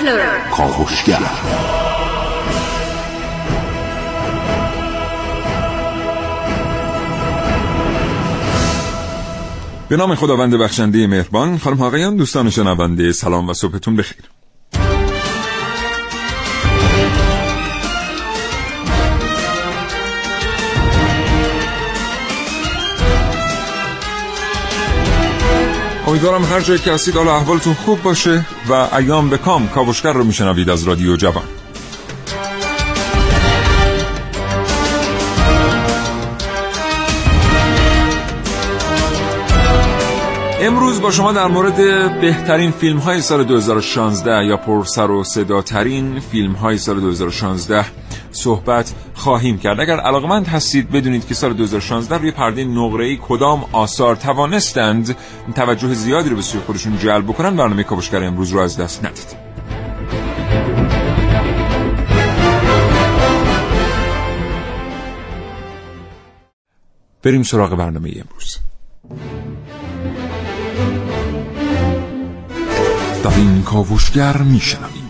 کراونیکلر، کاوشگر. به نام خداوند بخشنده مهربان. خانم ها آقایان، دوستان شنونده، سلام و صبحتون بخیر. امیدوارم هر جایی که هستید حال احوالتون خوب باشه و ایام به کام. کاوشگر رو میشنوید از رادیو جوان. امروز با شما در مورد بهترین فیلم های سال 2016 یا پرسر و صداترین فیلم های سال 2016 صحبت خواهیم کرد. اگر علاقمند هستید بدونید که سال 2016 روی پرده نقره‌ای کدام آثار توانستند توجه زیادی رو به سوی خودشون جلب بکنن، برنامه کاوشگر امروز رو از دست ندید. بریم سراغ برنامه امروز. در این کاوشگر میشنوید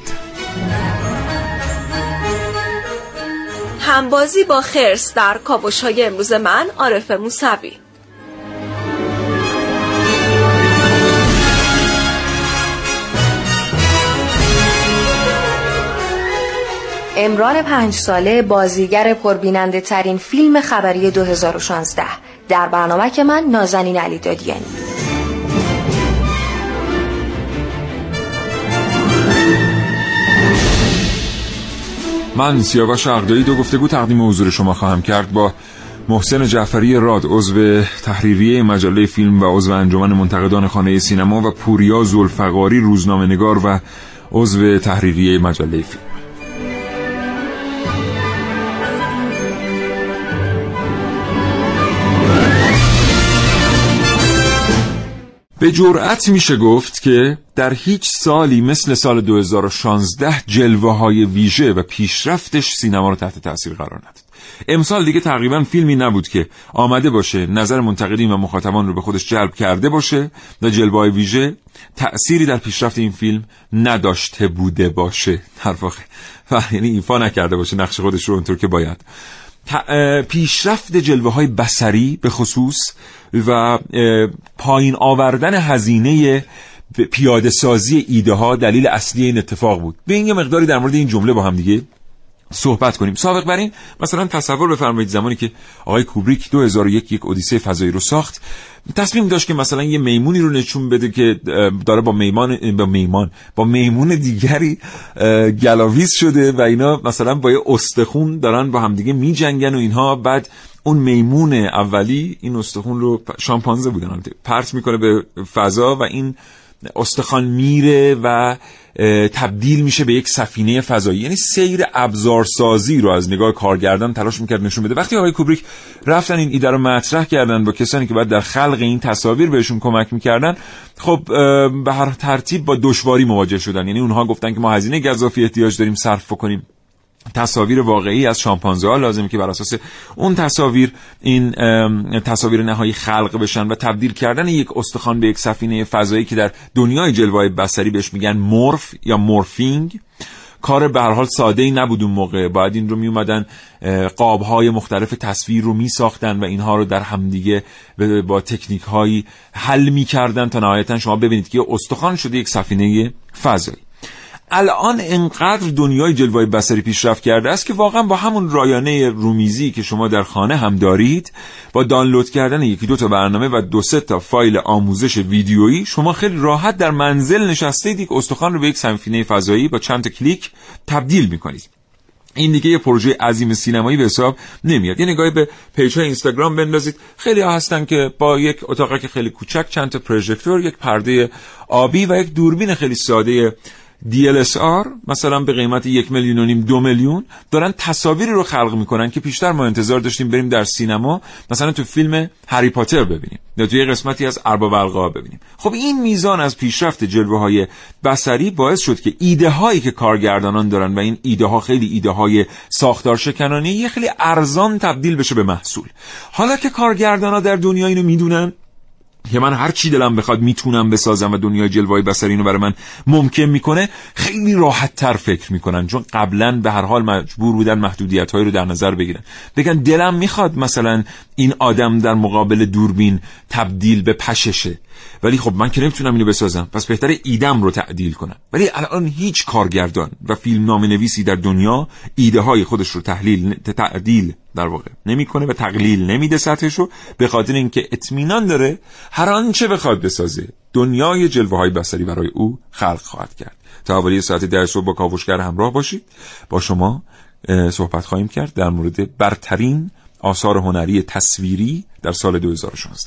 همبازی با خرس در کاوش‌های امروز من، عارف موسوی. امران 5 ساله بازیگر پربیننده ترین فیلم خبری 2016. در برنامه که من، نازنین علیدادیانی. من سیاوش عقدایی دو گفتگو تقدیم حضور شما خواهم کرد با محسن جعفری راد، عضو تحریریه مجله فیلم و عضو انجمن منتقدان خانه سینما، و پوریا ذوالفقاری، روزنامه‌نگار و عضو تحریریه مجله فیلم. به جرأت میشه گفت که در هیچ سالی مثل سال 2016 جلوه‌های ویژه و پیشرفتش سینما رو تحت تاثیر قرار نداد. امسال دیگه تقریبا فیلمی نبود که آمده باشه نظر منتقدین و مخاطبان رو به خودش جلب کرده باشه و جلوه‌های ویژه تأثیری در پیشرفت این فیلم نداشته بوده باشه، در واقع یعنی ایفا نکرده باشه نقش خودش رو اونطور که باید. پیشرفت جلوه‌های بصری به خصوص و پایین آوردن هزینه پیاده سازی ایده ها دلیل اصلی این اتفاق بود. به این یه مقداری در مورد این جمله با هم دیگه صحبت کنیم. سابق بر این مثلا تصور بفرمایید زمانی که آقای کوبریک 2001 یک اودیسه فضایی رو ساخت، تصمیم داشت که مثلا یه میمونی رو نشون بده که داره با میمون دیگری گلاویز شده و اینا مثلا با یه استخون دارن با هم دیگه میجنگن و اینها. بعد اون میمون اولی این استخون رو، شامپانزه بودن، پرت میکنه به فضا و این استخوان میره و تبدیل میشه به یک سفینه فضایی. یعنی سیر ابزارسازی رو از نگاه کارگردان تلاش میکرد نشون بده. وقتی آقای کوبریک رفتن این ایده رو مطرح کردن با کسانی که بعد در خلق این تصاویر بهشون کمک میکردن، خب به هر ترتیب با دشواری مواجه شدن. یعنی اونها گفتن که ما هزینه گزافی احتیاج داریم صرف کنیم، تصاویر واقعی از شامپانزه ها لازمه که بر اساس اون تصاویر این تصاویر نهایی خلق بشن و تبدیل کردن یک استخوان به یک سفینه فضایی که در دنیای جلوه‌های بصری بهش میگن مورف یا مورفینگ، کار به هر حال ساده‌ای نبود اون موقع. باید این رو می اومدن قاب‌های مختلف تصویر رو می ساختن و اینها رو در همدیگه با تکنیک‌هایی حل می‌کردن تا نهایتاً شما ببینید که استخوان شده یک سفینه فضایی. الان انقدر دنیای جلوه‌های بصری پیشرفت کرده است که واقعا با همون رایانه رومیزی که شما در خانه هم دارید، با دانلود کردن یکی دو تا برنامه و 2-3 تا فایل آموزش ویدیویی، شما خیلی راحت در منزل نشستید یک استخوان رو به یک سفینه فضایی با چند تا کلیک تبدیل می‌کنید. این دیگه یه پروژه عظیم سینمایی به حساب نمیاد. یه نگاهی به پیج‌های اینستاگرام بندازید، خیلی ها هستن که با یک اتاقی که خیلی کوچک، چند تا پروژکتور، یک پرده آبی و یک دوربین خیلی ساده DLSR مثلا به قیمت 1.5 میلیون 2 میلیون دارن تصاویری رو خلق میکنن که پیشتر ما انتظار داشتیم بریم در سینما مثلا تو فیلم هری پاتر ببینیم یا توی قسمتی از ارباب القاب ببینیم. خب این میزان از پیشرفت جلوه‌های بصری باعث شد که ایده هایی که کارگردانان دارن و این ایده ها خیلی ایده های ساختار شکنانه خیلی ارزان تبدیل بشه به محصول. حالا که کارگردانا در دنیا اینو میدونن که من هر چی دلم بخواد میتونم بسازم و دنیای جلوه‌های بصری اینو برای من ممکن میکنه، خیلی راحت تر فکر میکنن، چون قبلا به هر حال مجبور بودن محدودیت‌هایی رو در نظر بگیرن. بگن دلم میخواد مثلا این آدم در مقابل دوربین تبدیل به پششه، ولی خب من که نمیتونم اینو بسازم، پس بهتره ایدم رو تعدیل کنم. ولی الان هیچ کارگردان و فیلمنامه‌نویسی در دنیا ایده های خودش رو تعدیل در واقع نمیکنه و تقلیل نمیده سطحش رو، به خاطر اینکه اطمینان داره هر آنچه بخواد بسازه دنیای جلوه‌های بصری برای او خلق خواهد کرد. تا حوالی ساعت 10 صبح با کاوشگر همراه باشید. با شما صحبت خواهیم کرد در مورد برترین آثار هنری تصویری در سال 2016.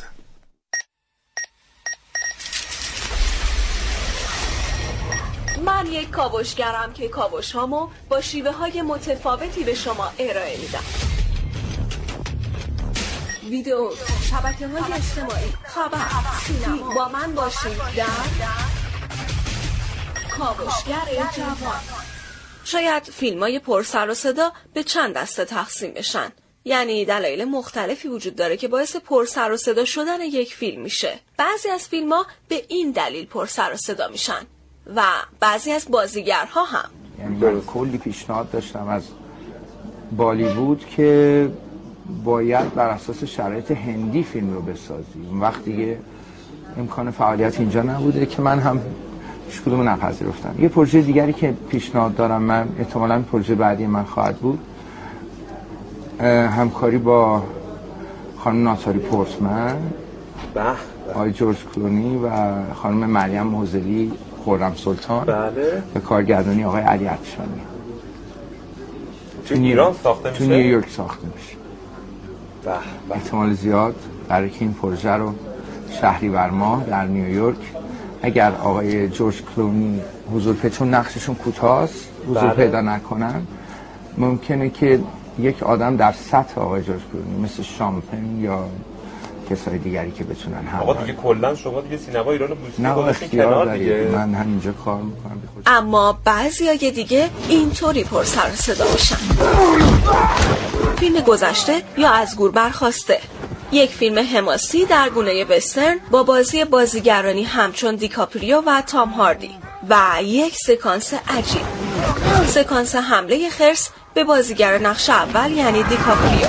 من یک کاوشگرم که کاوش‌هامو با شیوه‌های متفاوتی به شما ارائه میدم. ویدیو، شبکه‌های اجتماعی، خبر، سینما. با من باشید در کاوشگر جوان. شاید فیلم‌های پر سر و صدا به چند دسته تقسیم بشن. یعنی دلایل مختلفی وجود داره که باعث پر سر و صدا شدن یک فیلم میشه. بعضی از فیلم‌ها به این دلیل پر سر و صدا میشن و بعضی از بازیگرها هم. یعنی من کلی پیشنهاد داشتم از بالیوود که باید بر اساس شرایط هندی فیلم رو بسازی. اون وقت دیگه امکان فعالیت اینجا نبوده که من هم هیچ کدوم نپذیرفتم. یه پروژه دیگری که پیشنهاد دارم من، احتمالاً پروژه بعدی من خواهد بود، همکاری با خانم ناتالی پورتمن، آقای جورج کلونی و خانم مریم موزلی، خرم سلطان، بله، و کارگردانی آقای علی عطشانی. تو ایران ساخته میشه؟ تو نیویورک ساخته میشه. احتمال زیاد برای که این پروژه رو شهریور ماه در نیویورک، اگر آقای جورج کلونی حضور چون نقششون کوتاست حضور پیدا نکنن، ممکنه که یک آدم در سطح آقای جورج کلونی مثل شامپن یا کسای دیگری که بتونن هم. آقا دیگه کلا شما دیگه سینما ایرانو نه اختیار دیگه. من همینجا کار میکنم. اما بعضیای دیگه اینطوری پر سر و صدا میشن. فیلم گذشته یا از گور برخاسته، یک فیلم حماسی در گونه وسترن با بازی بازیگرانی همچون دیکاپریو و تام هاردی و یک سکانس عجیب، سکانس حمله خرس به بازیگر نقش اول یعنی دیکاپریو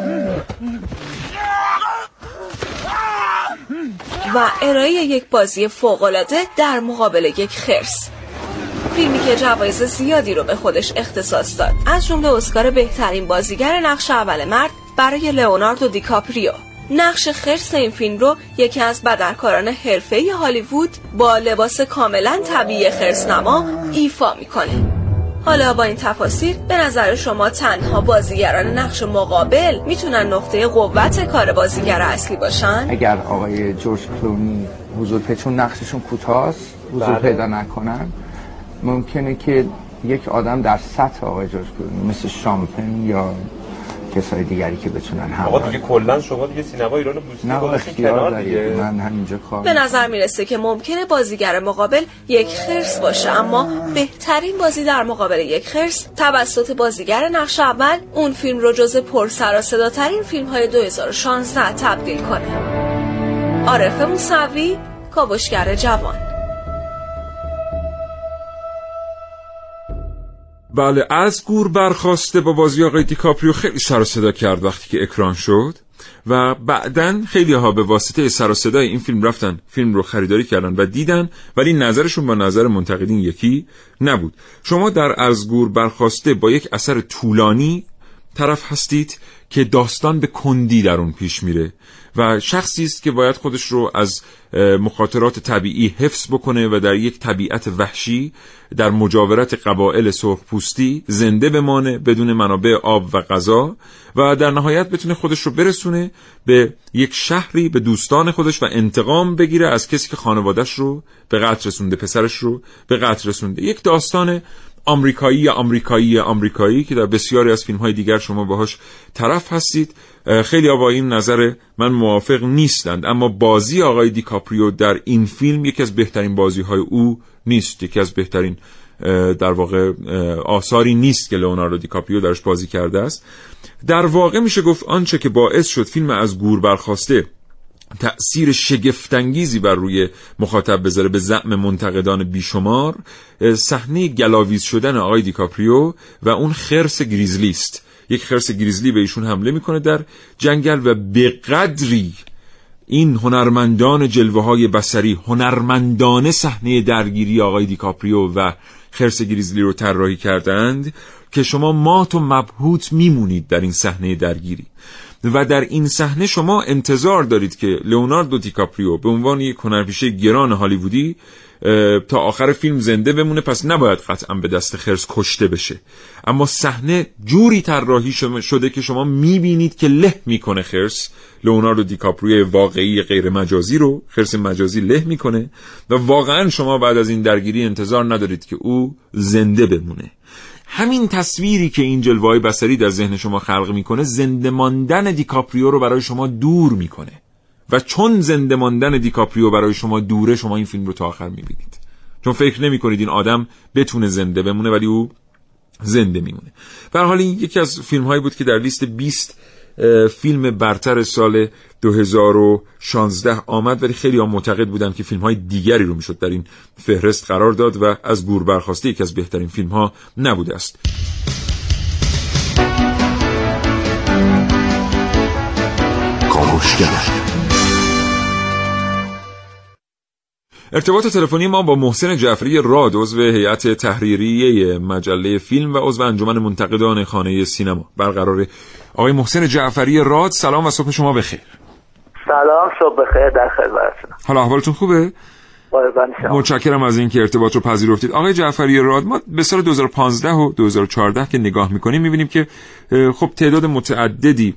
و ارائه یک بازی فوق‌العاده در مقابل یک خرس. فیلمی که جوایز زیادی رو به خودش اختصاص داد، از جمله اسکار بهترین بازیگر نقش اول مرد برای لئوناردو دیکاپریو. نقش خرس این فیلم رو یکی از بدرکاران حرفه‌ای هالیوود با لباس کاملا طبیعی خرس‌نما ایفا میکنه. حالا با این تفاصیل به نظر شما تنها بازیگران نقش مقابل میتونن نقطه قوت کار بازیگر اصلی باشن؟ اگر آقای جورج کلونی حضور چون نقششون کوتاست حضور پیدا نکنن، ممکنه که یک آدم در سطح آقای جورج کلونی مثل شامپن یا کسای دیگری که بتونن هم. آقا دیگه کلا شما دیگه سینما ایرانو نه اختیار دیگه. من همینجا کار به نظر میرسه که ممکنه بازیگر مقابل یک خرس باشه، اما بهترین بازی در مقابل یک خرس توسط بازیگر نقش اول اون فیلم رو جز پر سر و صداترین فیلم‌های 2016 تبدیل کنه. عارف موسوی، کاوشگر جوان. بله، از گور برخاسته با بازی آقای دیکاپریو خیلی سر و صدا کرد وقتی که اکران شد و بعدن خیلی ها به واسطه سر و صدای این فیلم رفتن فیلم رو خریداری کردن و دیدن، ولی نظرشون با نظر منتقدین یکی نبود. شما در از گور برخاسته با یک اثر طولانی طرف هستید که داستان به کندی در اون پیش میره و شخصی است که باید خودش رو از مخاطرات طبیعی حفظ بکنه و در یک طبیعت وحشی در مجاورت قبایل سرخپوستی زنده بمانه بدون منابع آب و غذا و در نهایت بتونه خودش رو برسونه به یک شهری، به دوستان خودش و انتقام بگیره از کسی که خانواده‌اش رو به قتل رسونده، پسرش رو به قتل رسونده. یک داستان آمریکایی که در بسیاری از فیلم‌های دیگر شما باهاش طرف هستید. خیلی با این نظر من موافق نیستند، اما بازی آقای دیکاپریو در این فیلم یکی از بهترین بازی‌های او نیست، یکی از بهترین در واقع آثاری نیست که لئوناردو دیکاپریو درش بازی کرده است. در واقع میشه گفت آنچه که باعث شد فیلم از گور برخاسته تأثیر شگفت‌انگیزی بر روی مخاطب بذاره به زعم منتقدان بیشمار، صحنه گلاویز شدن آقای دیکاپریو و اون خرس گریزلی است. یک خرس گریزلی به ایشون حمله میکنه در جنگل و به قدری این هنرمندان جلوه‌های بصری هنرمندانه صحنه درگیری آقای دیکاپریو و خرس گریزلی رو طراحی کردند که شما مات و مبهوت میمونید در این صحنه درگیری. و در این صحنه شما انتظار دارید که لئوناردو دیکاپریو به عنوان یک هنرپیشه گران هالیوودی تا آخر فیلم زنده بمونه، پس نباید قطعا به دست خرس کشته بشه. اما صحنه جوری طراحی شده که شما میبینید که له میکنه خرس لئوناردو دیکاپریو واقعی غیر مجازی رو، خرس مجازی له میکنه و واقعا شما بعد از این درگیری انتظار ندارید که او زنده بمونه. همین تصویری که این جلوه‌های بصری در ذهن شما خلق میکنه زنده ماندن دیکاپریو رو برای شما دور میکنه و چون زنده ماندن دیکاپریو برای شما دوره، شما این فیلم رو تا آخر میبینید، چون فکر نمیکنید این آدم بتونه زنده بمونه ولی او زنده میمونه. به هر حال این یکی از فیلم‌هایی بود که در لیست 20 فیلم برتر سال 2016 آمد، ولی خیلی ها معتقد بودن که فیلم‌های دیگری رو میشد در این فهرست قرار داد و از گور برخاسته یکی از بهترین فیلم‌ها نبوده است. ارتباط تلفنی ما با محسن جعفری راد، عضو هیئت تحریریه مجله فیلم و عضو انجمن منتقدان خانه سینما برقراره. آقای محسن جعفری راد، سلام و صبح شما بخیر. سلام، صبح بخیر، در خدمتتونم. حالا احوالتون خوبه؟ متشکرم از اینکه ارتباط رو پذیرفتید. آقای جعفری راد، ما به سال 2015 و 2014 که نگاه میکنیم میبینیم که خب تعداد متعددی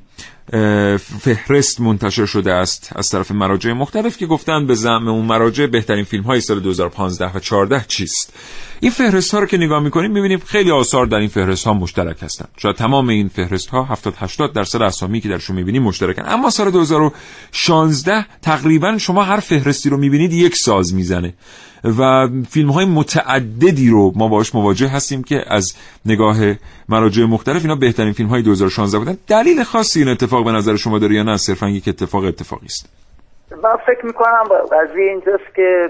فهرست منتشر شده است از طرف مراجع مختلف که گفتن به زعم اون مراجع بهترین فیلم های سال 2015 و 14 چیست. این فهرست ها رو که نگاه میکنیم میبینیم خیلی آثار در این فهرست ها مشترک هستن. شاید تمام این فهرست ها 70-80% اسامی که درشون میبینیم مشترکن، اما سال 2016 تقریبا شما هر فهرستی رو میبینید یک ساز میزنه و فیلم های متعددی رو ما باهاش مواجه هستیم که از نگاه مراجع مختلف اینا بهترین فیلم های 2016 بودن. دلیل خاصی این اتفاق به نظر شما داره یا نه صرفا یک اتفاقی است؟ من فکر میکنم قضیه اینجاست که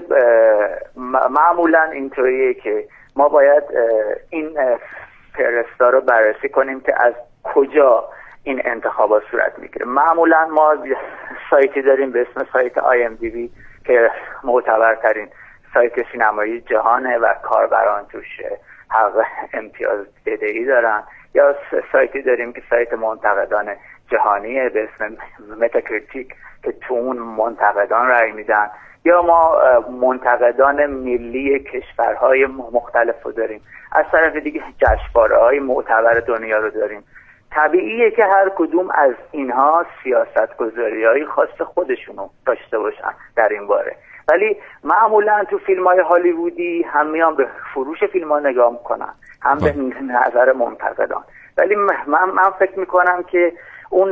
معمولا اینطوریه که ما باید این فهرستا رو بررسی کنیم که از کجا این انتخابات صورت میگیره. معمولا ما سایتی داریم به اسم سایت IMDb که معتبرترین سایت سینمایی جهانه و کاربران توش حق امتیاز بدهی دارن، یا سایتی داریم که سایت منتقدان جهانیه به اسم متاکریتیک که تو اون منتقدان رأی میدن، یا ما منتقدان ملی کشورهای مختلف رو داریم. از طرف دیگه جشنواره‌های معتبر دنیا رو داریم. طبیعیه که هر کدوم از اینها سیاست‌گذاری‌های خاص خودشونو داشته باشن در این باره، ولی معمولا تو فیلم‌های هالیوودی هم میان به فروش فیلم‌ها نگاه میکنن، هم به نظر منتقدان. ولی من فکر میکنم که اون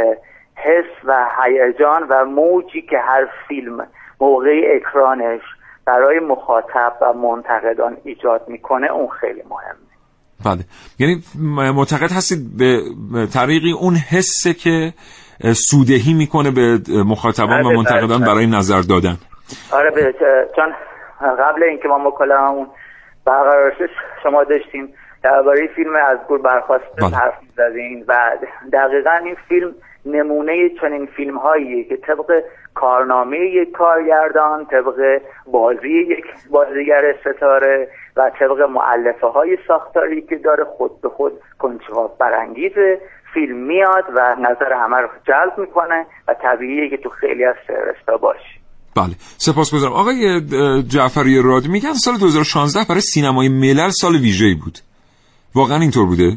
حس و هیجان و موجی که هر فیلم موقع اکرانش برای مخاطب و منتقدان ایجاد میکنه اون خیلی مهمه. بله، یعنی معتقد هستید به طریقی اون حسه که سودهی میکنه به مخاطبان و منتقدان برای نظر دادن. آره، چون قبل اینکه ما مکالممون برقرار شد شما داشتین درباره فیلم از گور برخاسته حرف می‌زدین و دقیقاً این فیلم نمونه چنین فیلم‌هایی که طبق کارنامه یک کارگردان، طبق بازی یک بازیگر ستاره و طبق مؤلفه‌های ساختاری که داره خود به خود کنجکاو برانگیز فیلم میاد و نظر همه رو جلب میکنه و طبیعیه که تو خیلی از فهرستا باشه. بله، سپاسگزارم. آقای جعفری راد، میگن سال 2016 برای سینمای ملل سال ویژه‌ای بود. واقعا اینطور بوده؟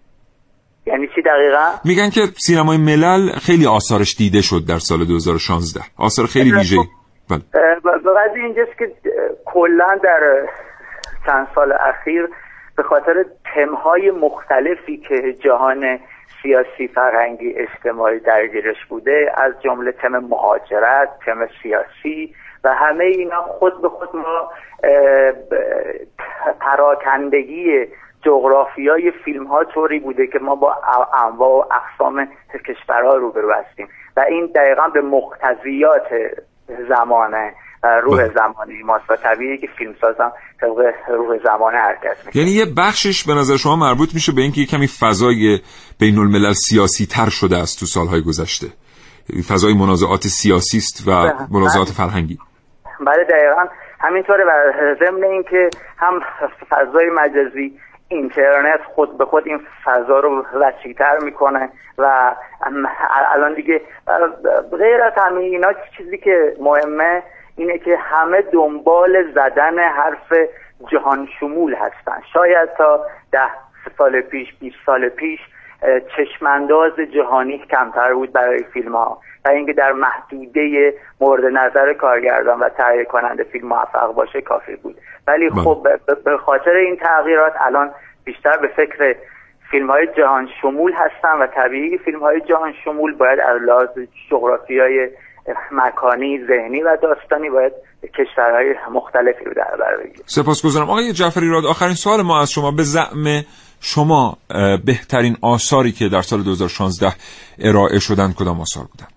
یعنی چی دقیقاً؟ میگن که سینمای ملل خیلی آثارش دیده شد در سال 2016. آثار خیلی ویژه‌ای. بله. قضیه اینجاست که کلا در چند سال اخیر به خاطر تم‌های مختلفی که جهان سیاسی، فرهنگی، اجتماعی درگیرش بوده، از جمله تم مهاجرت، تم سیاسی و همه اینا، خود به خود ما پراکندگی جغرافیای فیلم ها طوری بوده که ما با انواع و اقسام کشورها روبرو هستیم و این دقیقا به مقتضیات زمانه روح زمانه ماست و طبیعیه که فیلمساز هم طبق روح زمانه حرکت میکنه. یعنی یه بخشش به نظر شما مربوط میشه به اینکه کمی فضای بین الملل سیاسی تر شده است تو سالهای گذشته، فضای منازعات سیاسی است و منازعات فرهنگی. بله دقیقاً همینطوره و ضمن این که هم فضای مجازی اینترنت خود به خود این فضا رو وسیع‌تر میکنه و الان دیگه غیر از همین اینا چیزی که مهمه اینه که همه دنبال زدن حرف جهان شمول هستن. شاید تا 10 سال پیش 20 سال پیش چشمانداز جهانی کمتر بود برای فیلم ها و اینکه در محدوده مورد نظر کارگردان و تهیه کننده فیلم موفق باشه کافی بود، ولی خب به خاطر این تغییرات الان بیشتر به فکر فیلم های جهان شمول هستن و طبیعی فیلم های جهان شمول باید از لحاظ جغرافیای مکانی، ذهنی و داستانی باید کشورهای مختلفی رو در بر بگیره. سپاسگزارم آقای جعفری راد. آخرین سوال ما از شما، به زعم شما بهترین آثاری که در سال 2016 ارائه شدن کدام آثار بودند؟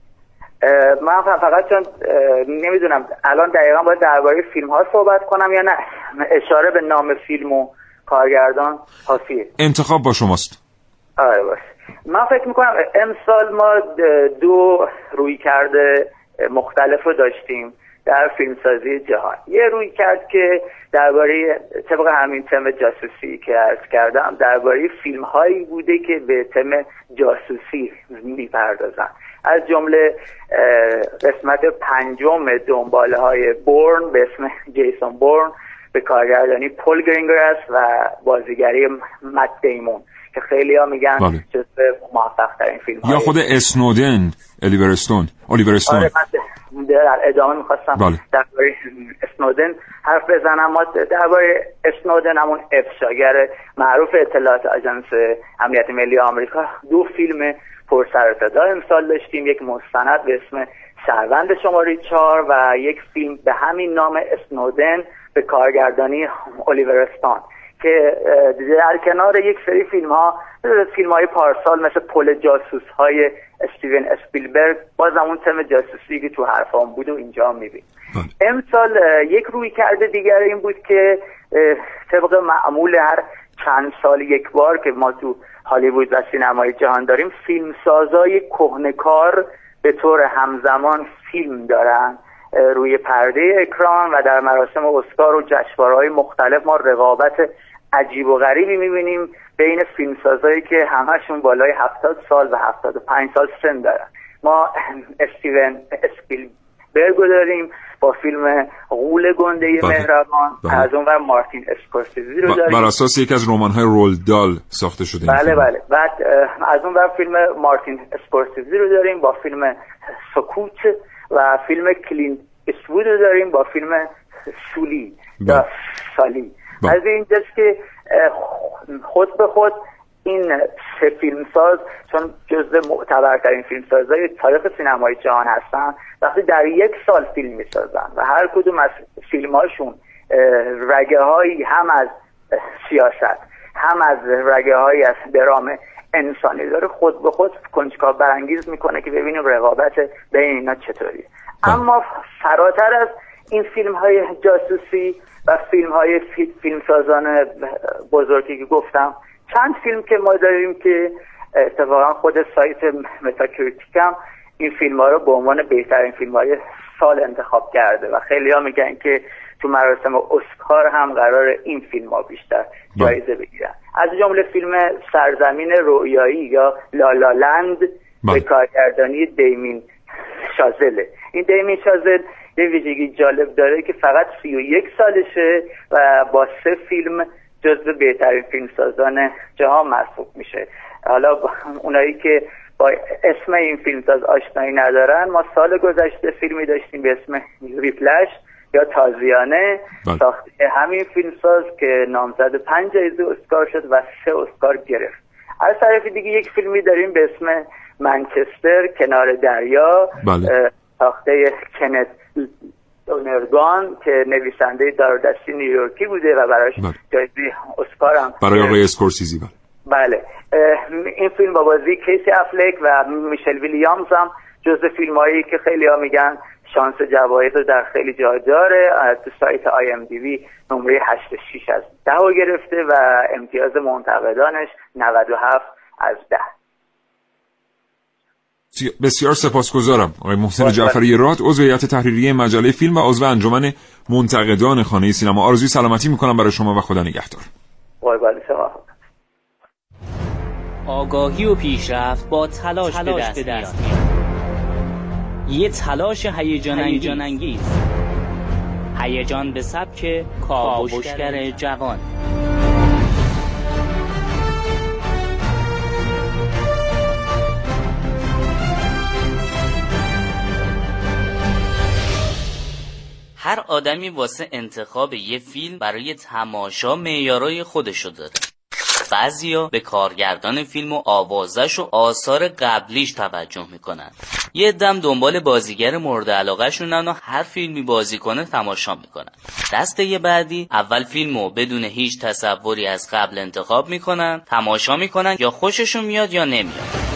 من فقط چون نمیدونم الان دقیقا باید درباره فیلم ها صحبت کنم یا نه اشاره به نام فیلم و کارگردان کافیه؟ انتخاب با شماست. آره باشه. من فکر میکنم امسال ما 2 رویکرد مختلف رو داشتیم در فیلمسازی جهان. یه رویکرد که درباره طبق همین تم جاسوسی که عرض کردم درباره فیلم هایی بوده که به تم جاسوسی میپردازن، از جمله قسمت 5 دنباله های بورن به اسم جیسون بورن به کارگردانی پول گرینگراس و بازیگری مت دیمون که خیلی ها میگن جزو موفق ترین فیلم یا خود اسنودن الیور استون. آره من در ادامه میخواستم درباره اسنودن حرف بزنم. ما درباره اسنودن همون افشاگر معروف اطلاعات آژانس امنیت ملی آمریکا 2 فیلم پر سر و صدا امسال داشتیم، یک مستند به اسم شهروند شماره 4 و یک فیلم به همین نام اسنودن به کارگردانی الیور استون که در کنار یک سری فیلم های پارسال مثل پل جاسوس های استیون اسپیلبرگ باز همون تم جاسوسی که تو حرفام بود و اینجا میبین. امسال یک رویکرد دیگر این بود که طبق معمول هر چند سال یک بار که ما تو هالیوود و سینمای جهان داریم، فیلمسازای کهنه‌کار به طور همزمان فیلم دارن روی پرده اکران و در مراسم اسکار و جشنواره‌های مختلف ما رقابت عجیب و غریبی می‌بینیم بین فیلمسازایی که همه‌شون بالای 70 سال و 75 سال سن دارن. ما استیون اسپیلبرگ داریم با فیلم غول گنده مهربان، از اونور مارتین اسکورسیزی رو داریم بر اساس یکی از رمان‌های رولد دال ساخته شده. بله. بعد از اونور فیلم مارتین اسکورسیزی رو داریم با فیلم سکوت و فیلم کلینت استوود رو داریم با فیلم سولی یا سالی. از اینجاست که خود به خود این 3 فیلمساز چون جزو معتبرترین فیلمسازهای تاریخ سینمای جهان هستن، وقتی در یک سال فیلم میسازن و هر کدوم از فیلم‌هاشون رگه‌هایی هم از سیاست هم از رگه‌هایی از درام انسانی داره، خود به خود کنجکاو برانگیز میکنه که ببینیم رقابت بین اینا چطوریه. اما فراتر از این فیلم‌های جاسوسی و فیلم‌های فیلمسازان بزرگی که گفتم، چند فیلم که ما داریم که اتفاقا خود سایت متاکریتیک هم این فیلم‌ها رو به عنوان بهترین فیلم‌های سال انتخاب کرده و خیلی‌ها میگن که تو مراسم اسکار هم قرار این فیلم‌ها بیشتر جایزه بگیرن. از جمله فیلم سرزمین رویایی یا لالالند به کارگردانی دیمین شازله. این دیمین شازل یه ویژگی جالب داره که فقط 31 سالشه و با 3 فیلم جزو بهترین فیلمسازان جهان محسوب میشه. حالا اونایی که با اسم این فیلمساز آشنایی ندارن، ما سال گذشته فیلمی داشتیم به اسم ویپلش یا تازیانه ساخته همین فیلمساز که نامزد 5 جایزه اسکار شد و 3 اسکار گرفت. از طرف دیگه یک فیلمی داریم به اسم منچستر کنار دریا ساخته کنت دونرگان که نویسنده دارودستی نیویورکی بوده و براش جایزه اسکار هم برای آقای اسکورسیزی. بله این فیلم با بازی کیسی افلک و میشل ویلیامز هم جزو فیلمایی که خیلی ها میگن شانس جوایز رو در خیلی جا داره. تو سایت IMDb نمره 8.6 از 10 گرفته و امتیاز منتقدانش 97 از 10. بسیار سپاسگزارم آقای محسن جعفری راد، عضو هیئت تحریریه مجله فیلم و عضو انجمن منتقدان خانه سینما. آرزوی سلامتی میکنم برای شما و خدا نگهدار. قربان شما. آگاهی و پیشرفت با تلاش به دست میاد. یه تلاش هیجان انگیز. هیجان به سبک کاوشگر جوان. هر آدمی واسه انتخاب یه فیلم برای تماشا معیارای خودشو داره. بعضیا به کارگردان فیلم و آوازش و آثار قبلیش توجه میکنن. یه دم دنبال بازیگر مورد علاقه شونن و هر فیلمی بازی کنه تماشا میکنن. دسته بعدی اول فیلمو بدون هیچ تصوری از قبل انتخاب میکنن، تماشا میکنن، یا خوششون میاد یا نمیاد.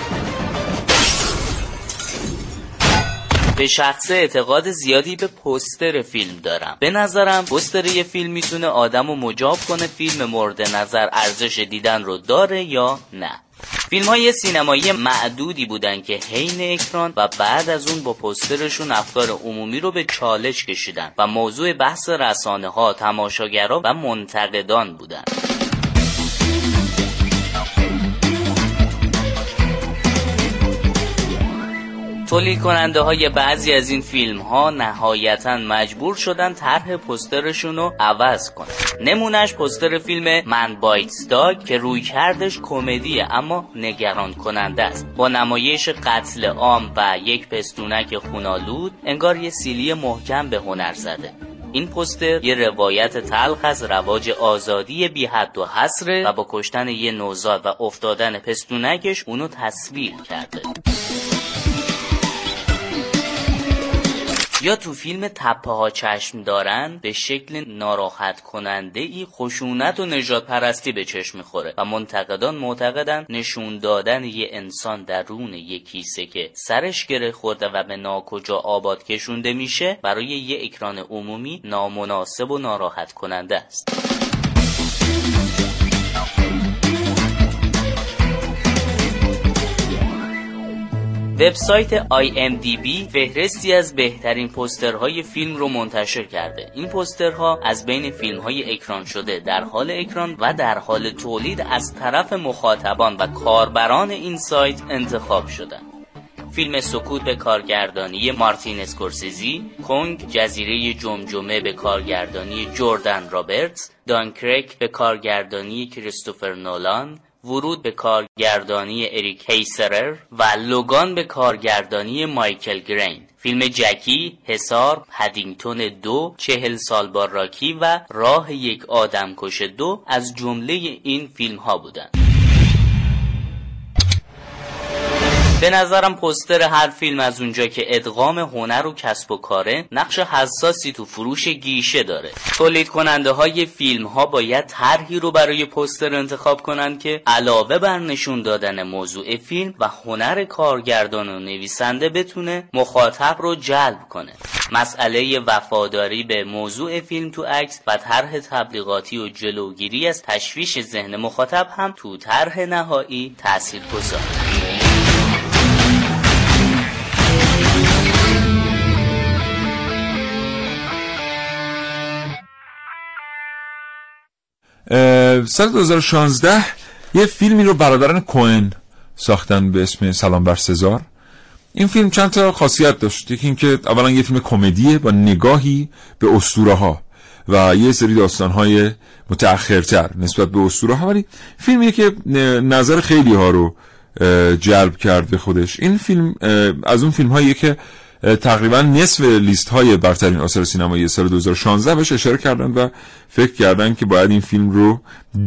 به شخصه اعتقاد زیادی به پوستر فیلم دارم. به نظرم پوستر یه فیلم میتونه آدمو مجاب کنه فیلم مورد نظر ارزش دیدن رو داره یا نه. فیلم‌های سینمایی معدودی بودن که حین اکران و بعد از اون با پوسترشون افکار عمومی رو به چالش کشیدن و موضوع بحث رسانه‌ها، تماشاگرها و منتقدان بودن. تولید کننده های بعضی از این فیلم ها نهایتاً مجبور شدن طرح پوسترشون رو عوض کنن. نمونش پوستر فیلم من بایتس داگ که روی کردش کمدیه اما نگران کننده است. با نمایش قتل عام و یک پستونک خونالود انگار یه سیلی محکم به هنر زده. این پوستر یه روایت تلخ از رواج آزادی بی حد و حصره و با کشتن یه نوزاد و افتادن پستونکش اونو تصویر کرده. یا تو فیلم تپه ها چشم دارن به شکل ناراحت کننده ای خشونت و نژاد پرستی به چشم میخوره و منتقدان معتقدن نشون دادن یه انسان درون یه کیسه که سرش گره خورده و به ناکجا آباد کشونده میشه برای یه اکران عمومی نامناسب و ناراحت کننده است. وبسایت IMDb فهرستی از بهترین پوسترهای فیلم رو منتشر کرده. این پوسترها از بین فیلم‌های اکران شده، در حال اکران و در حال تولید از طرف مخاطبان و کاربران این سایت انتخاب شدن. فیلم سکوت به کارگردانی مارتین اسکورسیزی، کنگ جزیره جمجمه به کارگردانی جردن رابرتس، دانکرک به کارگردانی کریستوفر نولان، ورود به کارگردانی اریک هیسرر و لوگان به کارگردانی مایکل گرین. فیلم جکی، حصار، پدینگتون 2، 40 سال با راکی و راه یک آدمکش 2 از جمله این فیلم ها بودند. به نظرم پوستر هر فیلم از اونجا که ادغام هنر و کسب و کاره نقش حساسی تو فروش گیشه داره. تولید کننده های فیلم ها باید طرحی رو برای پوستر انتخاب کنن که علاوه بر نشون دادن موضوع فیلم و هنر کارگردان و نویسنده بتونه مخاطب رو جلب کنه. مسئله وفاداری به موضوع فیلم تو عکس و طرح تبلیغاتی و جلوگیری از تشویش ذهن مخاطب هم تو طرح نهایی تاثیرگذاره. سال 2016 یه فیلمی رو برادران کوئن ساختن به اسم سلام بر سزار. این فیلم چند تا خاصیت داشت. یکی این که اولا یه فیلم کمدیه با نگاهی به اسطوره ها و یه سری داستان های متأخرتر نسبت به اسطوره ها، ولی فیلمیه که نظر خیلی ها رو جلب کرده خودش. این فیلم از اون فیلم هاییه که تقریبا نصف لیست های برترین آثار سینمایی سال 2016 بهش اشاره کردن و فکر کردن که باید این فیلم رو دید.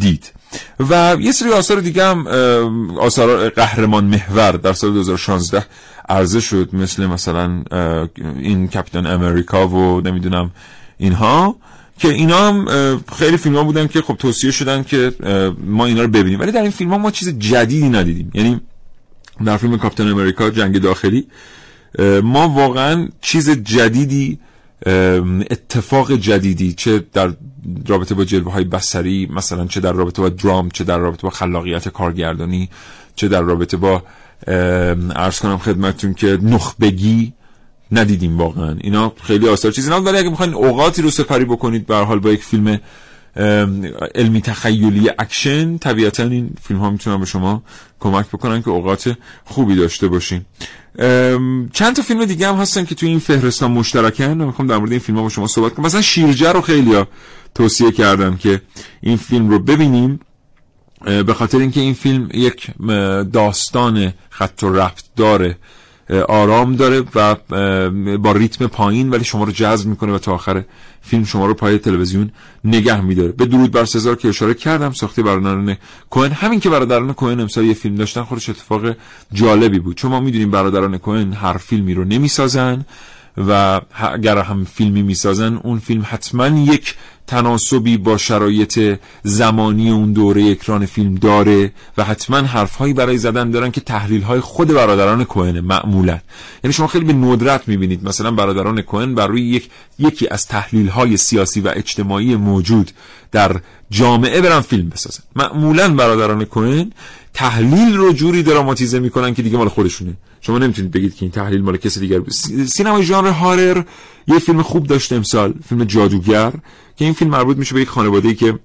و یه سری آثار دیگه هم آثار قهرمان محور در سال 2016 عرضه شد، مثلا این کاپیتان امریکا و نمیدونم اینها، که اینا هم خیلی فیلم ها بودن که خب توصیه شدن که ما اینا رو ببینیم، ولی در این فیلم ها ما چیز جدیدی ندیدیم. یعنی در فیلم کاپیتان امریکا جنگ داخلی ما واقعا چیز جدیدی، اتفاق جدیدی، چه در رابطه با جلوه های بصری مثلا، چه در رابطه با درام، چه در رابطه با خلاقیت کارگردانی، چه در رابطه با عرض کنم خدمتتون که نخبگی، ندیدیم واقعا. اینا خیلی آثار چیزی نبود، ولی اگه میخواین اوقاتی رو سپری بکنید به هر حال با یک فیلم علمی تخیلی اکشن، طبیعتا این فیلم ها میتونن به شما کمک بکنن که اوقات خوبی داشته باشین. چند تا فیلم دیگه هم هستن که توی این فهرست ها مشترکن و میخوام در مورد این فیلم ها با شما صحبت کنم. مثلا شیرجه رو خیلی ها توصیه کردن که این فیلم رو ببینیم، به خاطر اینکه این فیلم یک داستان خط و ربط داره، آرام داره و با ریتم پایین، ولی شما رو جذب میکنه و تا آخر فیلم شما رو پای تلویزیون نگه میداره. به درود بر سزار که اشاره کردم، ساخته برادران کوهن. همین که برادران کوهن امسال یه فیلم داشتن خودش اتفاق جالبی بود، چون ما میدونیم برادران کوهن هر فیلمی رو نمیسازن و اگر هم فیلمی میسازن اون فیلم حتما یک تناسبی با شرایط زمانی اون دوره اکران فیلم داره و حتما حرفهایی برای زدن دارن که تحلیل‌های خود برادران کوهن معمولا. یعنی شما خیلی به ندرت میبینید مثلا برادران کوهن بر روی یکی از تحلیل‌های سیاسی و اجتماعی موجود در جامعه برن فیلم بسازن. معمولا برادران کوهن تحلیل رو جوری دراماتیزه میکنن که دیگه مال خودشونه، شما نمیتونید بگید که این تحلیل مال کسی دیگر بود. سینمای ژانر هارر یه فیلم خوب داشت امسال، فیلم جادوگر، که این فیلم مربوط میشه به یک خانواده‌ای که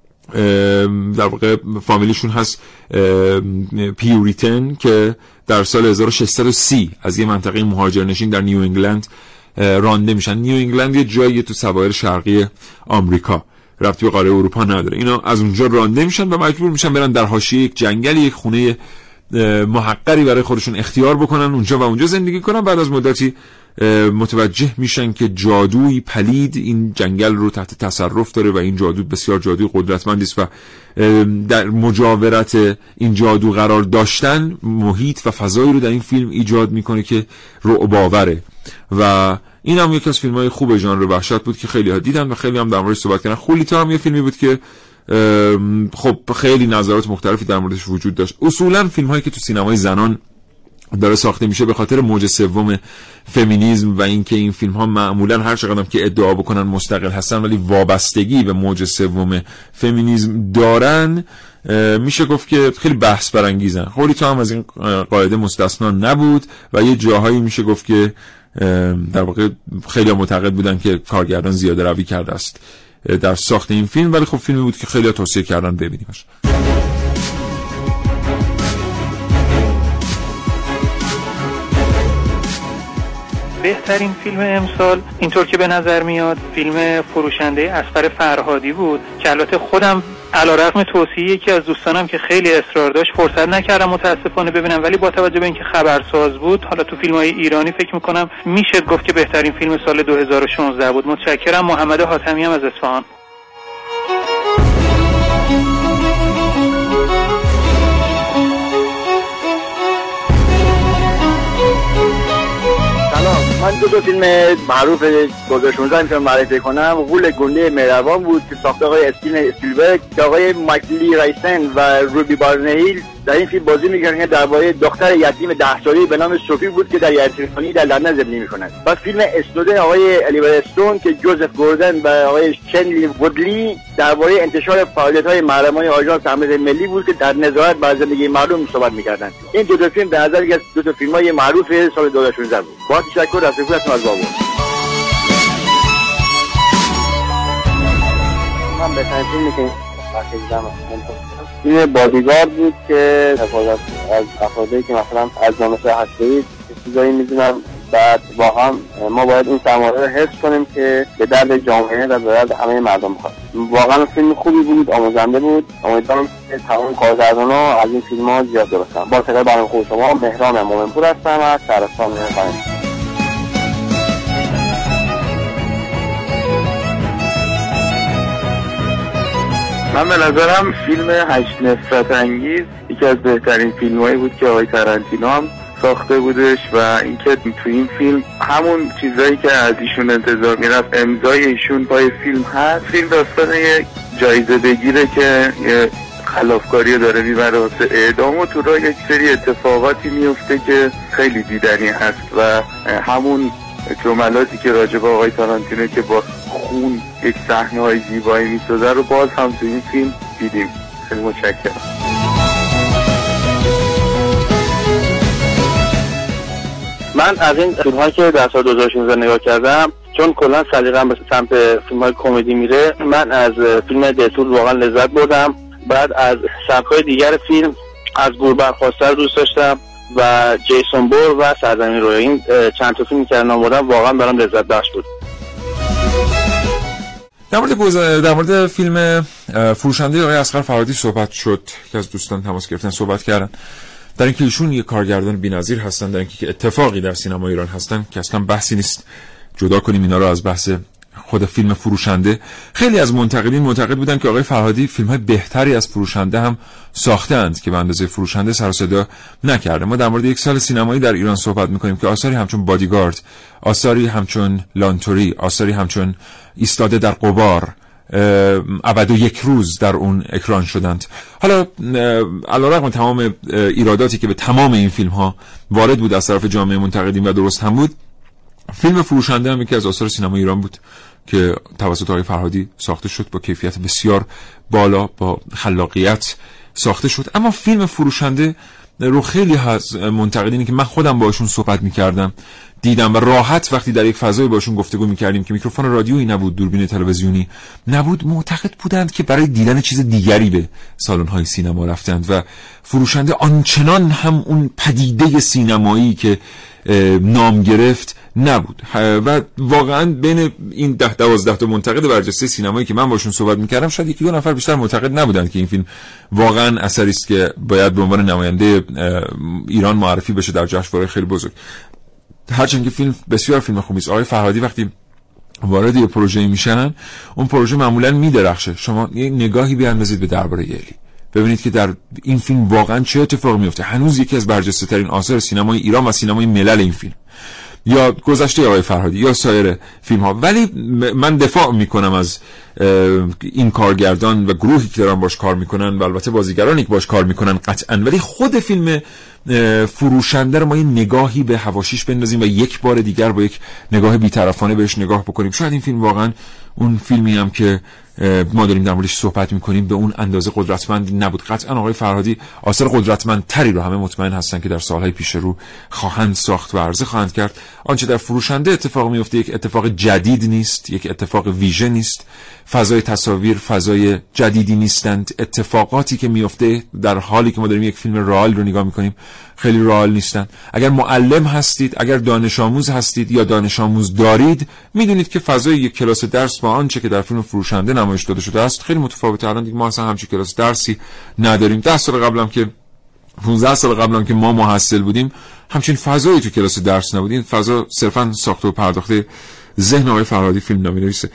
در واقع فامیلیشون هست پیوریتن، که در سال 1630 از یه منطقه مهاجرنشین در نیو انگلند رانده میشن. نیو انگلند یه جایی تو سواحل شرقی آمریکا، ربطی به قاره اروپا نداره. اینا از اونجا رانده میشن و مجبور میشن برن در حاشیه یک جنگل یک خونه محقری برای خودشون اختیار بکنن اونجا و اونجا زندگی کنن. بعد از مدتی متوجه میشن که جادوی پلید این جنگل رو تحت تصرف داره و این جادو بسیار جادوی قدرتمندی است و در مجاورت این جادو قرار داشتن محیط و فضایی رو در این فیلم ایجاد میکنه که رعب‌آوره. و این هم یکی از فیلم‌های خوب ژانر وحشت بود که خیلی ها دیدن و خیلی هم در موردش صحبت کردن. خولیتا هم یه فیلمی بود که خب خیلی نظرات مختلفی در موردش وجود داشت. اصولا فیلم‌هایی که تو سینمای زنان داره ساخته میشه به خاطر موج سوم فمینیسم و اینکه این فیلم ها معمولا هر چقدر که ادعا بکنن مستقل هستن ولی وابستگی به موج سوم فمینیسم دارن، میشه گفت که خیلی بحث برانگیزن. خولیتا هم از این قاعده مستثنا نبود و یه جاهایی میشه گفت که در واقع خیلی معتقد بودن که کارگردان زیاده روی کرده است در ساخت این فیلم، ولی خب فیلمی بود که خیلی توصیه کردن ببینیمش. بهترین فیلم امسال اینطور که به نظر میاد فیلم فروشنده اصغر فرهادی بود که البته خودم علیرغم توصیه یکی از دوستانم که خیلی اصرار داشت فرصت نکردم متاسفانه ببینم، ولی با توجه به اینکه خبرساز بود، حالا تو فیلم‌های ایرانی فکر می‌کنم میشه گفت که بهترین فیلم سال 2016 بود. متشکرم. محمد حاتمی هم از اصفهان. من دو فیلم معروف 2016 میتونم معرفی کنم. غول گنده مهربان بود که ساخته آقای استیون اسپیلبرگ که آقای مایکل رایسن و روبی بارنهیل در این فیلم بازی می‌کردن که درباره دختر یتیم 10 ساله‌ای به نام سوفی بود که در یتیمخانه‌ای در لندن زندگی می‌کند. و فیلم اسنودن آقای الیور استون که جوزف گوردن و آقای شنلی وودلی درباره انتشار فعالیت‌های محرمانه آژانس امنیت ملی بود که در نظارت بر زندگی مردم صحبت می‌کردند. این دو تا فیلم به نظر یک از دو تا فیلم‌های معروف سال 2016 بود. با تشکر از حضورتون از بابا. من بهترین فیلمی که این بادیگارد بود که حفاظت از افرادی که مثلا از جامعه هسته‌ای چیزایی می‌دونن. بعد با هم ما باید این سرمایه رو حفظ کنیم که به درد جامعه و به درد همه مردم بخوره. واقعا فیلم خوبی بود، آموزنده بود. امیدوارم که تمام کارگردانا از این فیلم‌ها زیاد درستن. با سپاس برنامه خوب شما. مهران مومنپور هستم از شهرستان مهران. من به نظرم فیلم 8 نفرت انگیز یکی از بهترین فیلمایی بود که آقای تارانتینو هم ساخته بودش و اینکه تو این فیلم همون چیزایی که از ایشون انتظار میرفت امضای ایشون پای فیلم هست. فیلم داستان یک جایزه بگیره که یه خلافکاری داره میبره واسه اعدام و تو راه یک سری اتفاقاتی میفته که خیلی دیدنی هست و همون جملاتی که راجع به آقای تارانتینو که با خون یک صحنه‌های زیبایی میسازه رو باز هم تو این فیلم دیدیم. خیلی متشکرم. من از این فیلم‌هایی که در سال 2016 نگاه کردم، چون کلا سلیقه‌ام به سمت فیلم‌های کمدی میره، من از فیلم دلتور واقعا لذت بردم. بعد از سبک‌های دیگر فیلم از گور برخواسته دوست داشتم و جیسون بور و سرزمین رویا. این چند تا فیلمی که نام بردم واقعا برام لذت بخش بود. در مورد فیلم فروشنده آقای اصغر فرهادی صحبت شد که از دوستان تماس گرفتن صحبت کردن در اینکه ایشون یک کارگردان بی‌نظیر هستن، در اینکه اتفاقی در سینما ایران هستن که اصلا بحثی نیست. جدا کنیم اینا رو از بحث خود فیلم فروشنده. خیلی از منتقدین معتقد بودن که آقای فرهادی فیلم‌های بهتری از فروشنده هم ساختند که به اندازه فروشنده سر و صدا نکرده. ما در مورد یک سال سینمایی در ایران صحبت می‌کنیم که آثاری همچون بادیگارد، آثاری همچون لانتوری، آثاری همچون ایستاده در غبار، ابد و یک روز در اون اکران شدند. حالا علیرغم تمام ایراداتی که به تمام این فیلم‌ها وارد بود از طرف جامعه منتقدین و درست هم بود، فیلم فروشنده هم یکی از آثار سینما ایران بود که توسط آقای فرهادی ساخته شد، با کیفیت بسیار بالا، با خلاقیت ساخته شد. اما فیلم فروشنده رو خیلی از منتقدینی که من خودم باشون صحبت می‌کردم دیدم و راحت وقتی در یک فضای باشون گفتگو می‌کردیم که میکروفون رادیویی نبود، دوربین تلویزیونی نبود، معتقد بودند که برای دیدن چیز دیگری به سالن‌های سینما رفتند و فروشنده آنچنان هم اون پدیده سینمایی که نام گرفت نبود. و واقعا بین این 10-12 تا منتقد برجسته سینمایی که من باشون صحبت می‌کردم شاید یکی دو نفر بیشتر معتقد نبودند که این فیلم واقعا اثری است که باید به عنوان نماینده ایران معرفی بشه در جشنواره خیلی بزرگ. هرچند که فیلم بسیار فیلم خوبی است. آقای فرهادی وقتی وارد یه پروژه میشن، اون پروژه معمولا میدرخشه. شما یه نگاهی بیاندازید به درباره یلی، ببینید که در این فیلم واقعا چه اتفاقی میفته. هنوز یکی از برجسته ترین آثار سینمای ایران و سینمای ملل این فیلم، یا گذشته آقای فرهادی یا سایر فیلم ها. ولی من دفاع میکنم از این کارگردان و گروهی که دارن باش کار میکنن و البته بازیگرانی که باش کار میکنن قطعا، ولی خود فیلم فروشنده رو ما یه نگاهی به حواشیش بندازیم و یک بار دیگر با یک نگاه بی‌طرفانه بهش نگاه بکنیم. شاید این فیلم واقعا اون فیلمی هم که ما داریم در موردش صحبت میکنیم به اون اندازه قدرتمند نبود. قطعا آقای فرهادی آثار قدرتمندتری رو همه مطمئن هستن که در سالهای پیش رو خواهند ساخت و عرضه خواهند کرد. آنچه در فروشنده اتفاق میفته یک اتفاق جدید نیست، یک اتفاق ویژه نیست. فضای تصاویر فضای جدیدی نیستند. اتفاقاتی که میفته در حالی که ما داریم یک فیلم رئال رو نگاه میکنیم خیلی رئال نیستن. اگر معلم هستید، اگر دانش آموز هستید یا دانش آموز دارید، میدونید که فضای یک کلاس درس با آنچه که در فیلم فروشنده نمایش داده شده است خیلی متفاوته. الان دیگه ما اصلا همچین کلاس درسی نداریم. 10 سال قبلم که 15 سال قبلم که ما محصل بودیم همچین فضایی تو کلاس درس نبود. این فضا صرفا ساخته و پرداخته ذهن آقای فرهادی فیلم نام‌نویسه.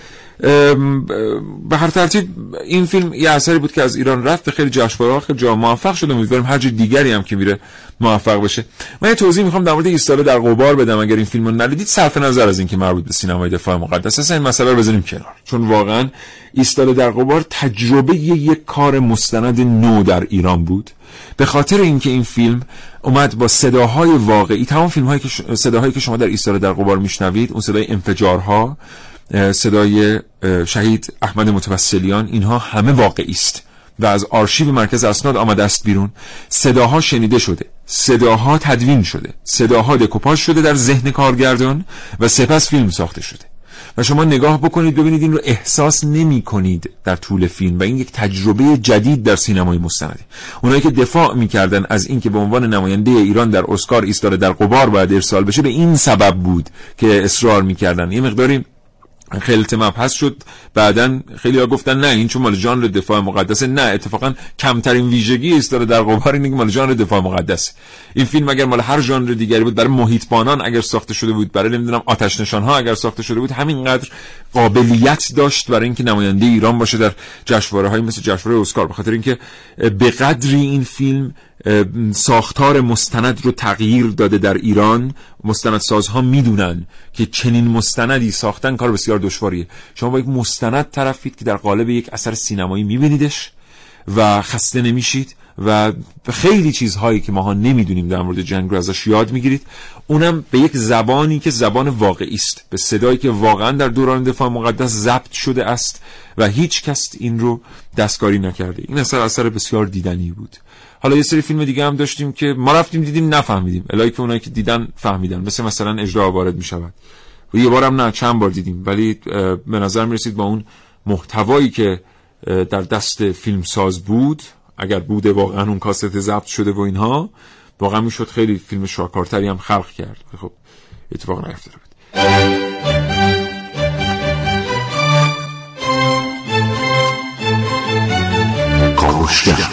به هر ترتیب این فیلم یه اثری بود که از ایران رفت به خیلی جشنواره‌ها خیلی جا موفق شد. امیدواریم هر جای دیگری هم که میره موفق بشه. من یه توضیح میخوام در مورد ایستاده در غبار بدم اگر این فیلمو ندیدید، صرف نظر از اینکه مربوط به سینمای دفاع مقدس است این مسئله رو بذاریم کنار، چون واقعا ایستاده در غبار تجربه یک کار مستند نو در ایران بود. به خاطر اینکه این فیلم اومد با صداهای واقعی، تمام فیلم‌هایی که صداهایی که شما در ایستاده در غبار میشنوید، اون صدای انفجارها، صدای شهید احمد متوسلیان، اینها همه واقعی است و از آرشیو مرکز اسناد آمده است بیرون. صداها شنیده شده، صداها تدوین شده، صداها دکوپاژ شده در ذهن کارگردان و سپس فیلم ساخته شده و شما نگاه بکنید ببینید این رو احساس نمی کنید در طول فیلم و این یک تجربه جدید در سینمای مستندی. اونایی که دفاع میکردن از این که به عنوان نماینده ایران در اسکار ایستاده در غبار باید ارسال بشه به این سبب بود که اصرار میکردن. یه مقداری خلط مبحث شد. بعدن خیلی ها گفتن نه این چون مال ژانر دفاع مقدسه. نه، اتفاقا کمترین ویژگی است داره در قبار اینه که مال ژانر دفاع مقدسه. این فیلم اگر مال هر ژانر دیگری بود، برای محیطبانان اگر ساخته شده بود، برای نمیدونم آتش نشان ها اگر ساخته شده بود، همینقدر قابلیت داشت برای اینکه نماینده ایران باشه در جشنواره‌های مثل جشنواره اسکار، به خاطر اینکه به قدری این فیلم ساختار مستند رو تغییر داده در ایران. مستندسازها میدونن که چنین مستندی ساختن کار بسیار دشواریه. شما با یک مستند طرفید که در قالب یک اثر سینمایی میبینیدش و خسته نمیشید و خیلی چیزهایی که ماها نمیدونیم در مورد جنگ رو ازش یاد میگیرید، اونم به یک زبانی که زبان واقعی است، به صدایی که واقعا در دوران دفاع مقدس ضبط شده است و هیچ کس این رو دستکاری نکرده. این اثر بسیار دیدنی بود. حالا یه سری فیلم دیگه هم داشتیم که ما رفتیم دیدیم نفهمیدیم، الهی که اونایی که دیدن فهمیدن، مثلا اجرا وارد میشود. و یه بارم نه چند بار دیدیم، ولی به نظر میرسید با اون محتوایی که در دست فیلمساز بود، اگر بوده واقعا اون کاست ضبط شده و اینها، واقعا میشد خیلی فیلم شاکارتری هم خلق کرد. خب اتفاق نیفتاده بود. کاوشگر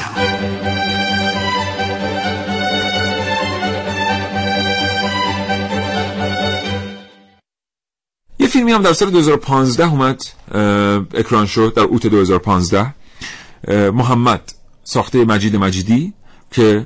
یه فیلمی هم در سال 2015 اومد اکران شد، در اوت 2015. محمد، ساخته مجید مجیدی که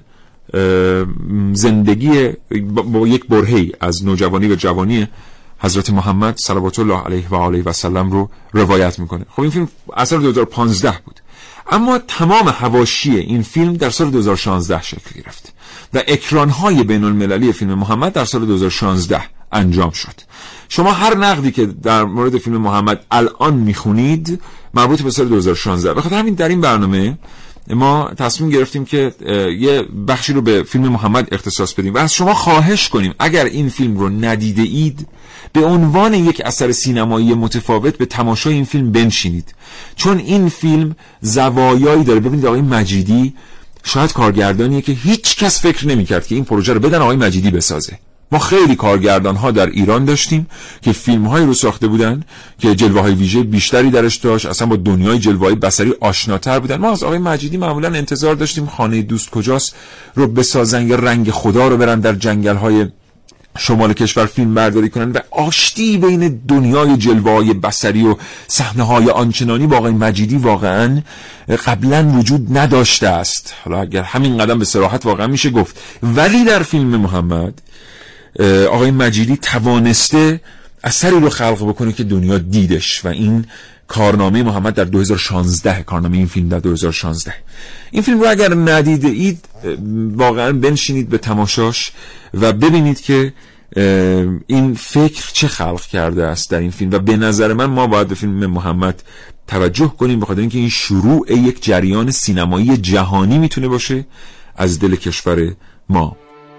زندگی با یک برهه‌ای از نوجوانی و جوانی حضرت محمد صلوات الله علیه و آله و سلم رو روایت میکنه. خب این فیلم از سال 2015 بود، اما تمام حواشی این فیلم در سال 2016 شکل گرفت و اکران‌های بین المللی فیلم محمد در سال 2016 انجام شد. شما هر نقدی که در مورد فیلم محمد الان میخونید مربوط به سال 2016. بخاطر همین در این برنامه ما تصمیم گرفتیم که یه بخشی رو به فیلم محمد اختصاص بدیم و از شما خواهش کنیم اگر این فیلم رو ندیده اید به عنوان یک اثر سینمایی متفاوت به تماشای این فیلم بنشینید، چون این فیلم زوایایی داره. ببینید آقای مجیدی شاید کارگردانیه که هیچ کس فکر نمی‌کرد که این پروژه رو بدن آقای مجیدی بسازه. ما خیلی کارگردان ها در ایران داشتیم که فیلم هایی رو ساخته بودن که جلوه های ویژه بیشتری درش داشت، اصلا با دنیای جلوه های بصری آشناتر بودن. ما از آقای مجیدی معمولا انتظار داشتیم خانه دوست کجاست رو بسازن یا رنگ خدا رو برن در جنگل های شمال کشور فیلم برداری کنن و آشتی بین دنیای جلوه های بصری و صحنه های آنچنانی با آقای مجیدی واقعا قبلا وجود نداشته است. حالا اگر همین قدم به صراحت واقعا میشه گفت، ولی در فیلم محمد آقای مجیدی توانسته اثری رو خلق بکنه که دنیا دیدش و این کارنامه محمد در 2016، کارنامه این فیلم در 2016. این فیلم رو اگر ندیده اید واقعا بنشینید به تماشاش و ببینید که این فکر چه خلق کرده است در این فیلم و به نظر من ما باید به فیلم محمد توجه کنیم، بخاطر اینکه این شروع یک جریان سینمایی جهانی میتونه باشه از دل کشور ما.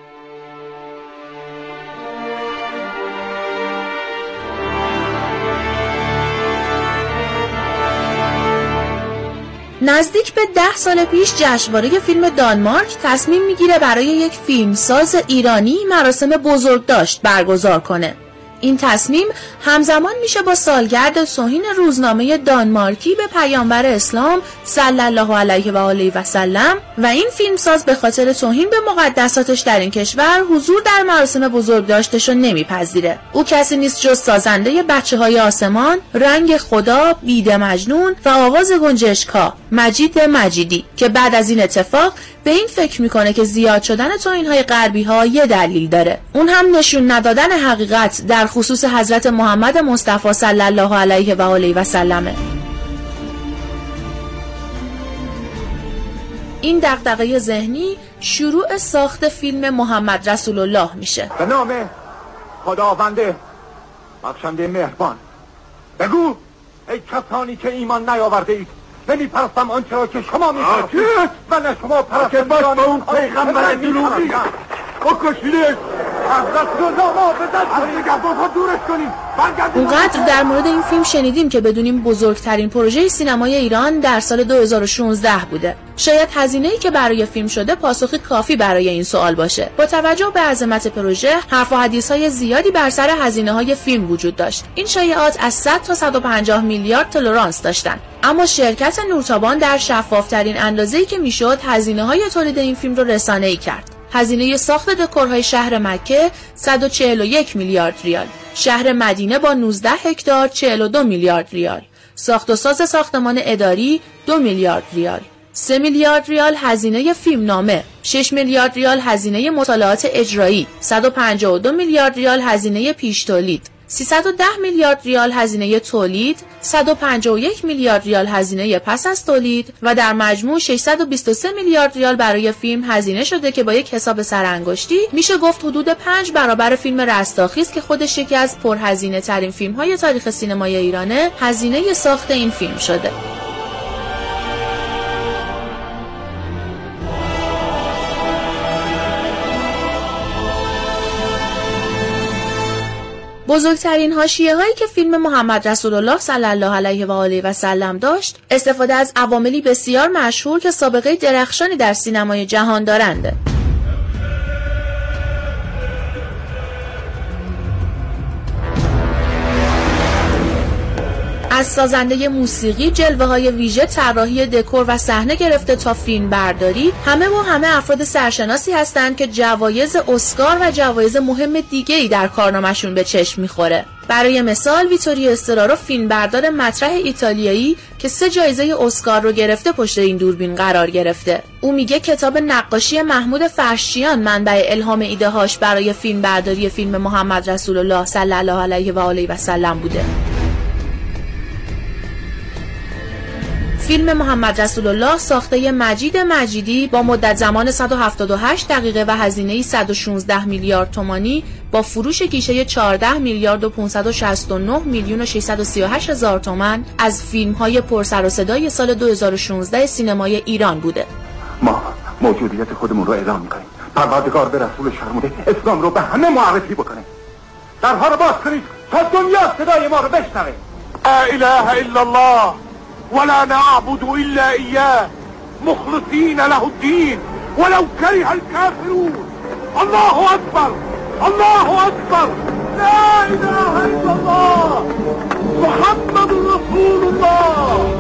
نزدیک به 10 سال پیش جشنواره فیلم دانمارک تصمیم میگیره برای یک فیلمساز ایرانی مراسم بزرگداشت برگزار کنه. این تصمیم همزمان میشه با سالگرد توهین روزنامه دانمارکی به پیامبر اسلام صلی الله علیه و آله و سلم و این فیلمساز به خاطر توهین به مقدساتش در این کشور حضور در مراسم بزرگداشتش رو نمیپذیره. او کسی نیست جز سازنده بچه‌های آسمان، رنگ خدا، بید مجنون و آواز گنجشک‌ها، مجید مجیدی، که بعد از این اتفاق به این فکر میکنه که زیاد شدن توهین‌های غربی‌ها یه دلیل داره، اون هم نشون ندادن حقیقت در خصوص حضرت محمد مصطفی صلی الله علیه و آله و سلمه. این دغدغه ذهنی شروع ساخت فیلم محمد رسول الله میشه. به نام خداونده بخشنده مهربان، بگو ای کسانی که ایمان نیاورده اید نمی‌پرستم آنچه را که شما می‌پرستید و نه شما پرستندگان اون پیغمبر دروغی بکشیدش اونقدر در مورد این فیلم شنیدیم که بدونیم بزرگترین پروژه سینمای ایران در سال 2016 بوده. شاید هزینه‌ای که برای فیلم شده پاسخی کافی برای این سوال باشه. با توجه به عظمت پروژه، حرف و حدیث‌های زیادی بر سر هزینه‌های فیلم وجود داشت. این شایعات از 100 تا 150 میلیارد تولرانس داشتن. اما شرکت نورتابان در شفاف‌ترین اندازه‌ای که میشد هزینه‌های تولید این فیلم رو رسانه‌ای کرد. هزینه ساخت دکورهای شهر مکه 141 میلیارد ریال، شهر مدینه با 19 هکتار 42 میلیارد ریال، ساخت و ساز ساختمان اداری 2 میلیارد ریال، 3 میلیارد ریال هزینه فیلمنامه، 6 میلیارد ریال هزینه مطالعات اجرایی، 152 میلیارد ریال هزینه پیش تولید، 310 میلیارد ریال هزینه تولید، 151 میلیارد ریال هزینه پس از تولید و در مجموع 623 میلیارد ریال برای فیلم هزینه شده که با یک حساب سرانگشتی میشه گفت حدود 5 برابر فیلم رستاخیز که خودش یکی از پرهزینه ترین فیلم های تاریخ سینمای ایرانه هزینه ساخت این فیلم شده. بزرگترین حاشیه‌هایی که فیلم محمد رسول الله صلی الله علیه و آله و سلم داشت، استفاده از عواملی بسیار مشهور که سابقه درخشانی در سینمای جهان دارند. از سازنده موسیقی، جلوه‌های ویژه، طراحی دکور و صحنه گرفته تا فیلم برداری، همه افراد سرشناسی هستند که جوایز اسکار و جوایز مهم دیگه‌ای در کارنامه‌شون به چشم می‌خوره. برای مثال ویتوریو استرارو، فیلمبردار مطرح ایتالیایی که 3 جایزه اسکار رو گرفته، پشت این دوربین قرار گرفته. او میگه کتاب نقاشی محمود فرشچیان منبع الهام ایده‌هاش برای فیلمبرداری فیلم محمد رسول الله صلی الله علیه و آله و سلم بوده. فیلم محمد رسول الله ساخته مجید مجیدی با مدت زمان 178 دقیقه و هزینه 116 میلیارد تومانی با فروش گیشه 14 میلیارد و 569 میلیون و 638 هزار تومان از فیلم‌های پرسر و صدای سال 2016 سینمای ایران بوده. ما موجودیت خودمون رو اعلام می‌کنیم. پروردگار به رسولش فرموده اسلام رو به همه معرفی بکنه. درها رو باز کنید تا دنیا صدای ما رو بشنوه. لا اله الا الله ولا نعبد الا اياه مخلصين له الدين ولو كره الكافرون. الله اكبر الله اكبر لا اله الا الله محمد رسول الله.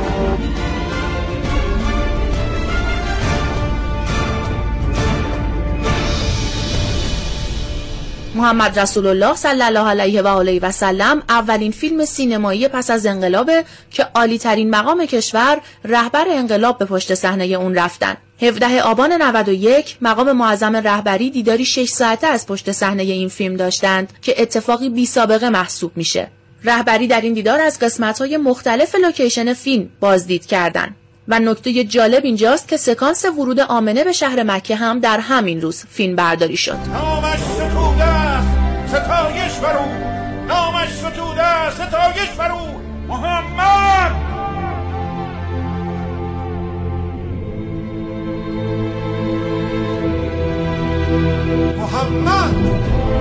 محمد رسول الله صلی الله علیه و آله و سلم اولین فیلم سینمایی پس از انقلابه که عالی ترین مقام کشور، رهبر انقلاب، به پشت صحنه اون رفتن. 17 آبان 91 مقام معظم رهبری دیداری 6 ساعته از پشت صحنه این فیلم داشتند که اتفاقی بی سابقه محسوب میشه. رهبری در این دیدار از قسمت‌های مختلف لوکیشن فیلم بازدید کردند. و نکته جالب اینجاست که سکانس ورود آمنه به شهر مکه هم در همین روز فیلم برداری شد. نامش ستوده است ستایش بر او، نامش ستوده است ستایش بر او، محمد. محمد